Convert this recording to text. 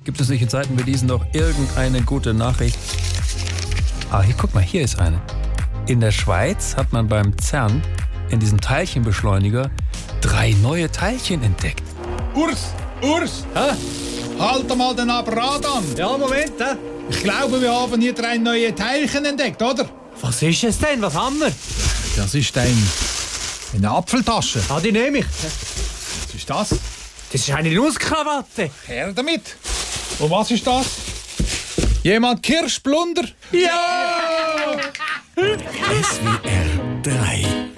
Gibt es nicht in Zeiten wie diesen noch irgendeine gute Nachricht? Ah, hier, guck mal, hier ist eine. In der Schweiz hat man beim CERN in diesem Teilchenbeschleuniger 3 neue Teilchen entdeckt. Urs! Hä? Halt mal den Apparat an! Ja, Moment, hä? Ich glaube, wir haben hier 3 neue Teilchen entdeckt, oder? Was ist es denn? Was haben wir? Das ist eine Apfeltasche. Ah, die nehme ich. Was ist das? Das ist eine Nusskrawatte. Her damit! Und was ist das? Jemand Kirschblunder? Ja! SWR 3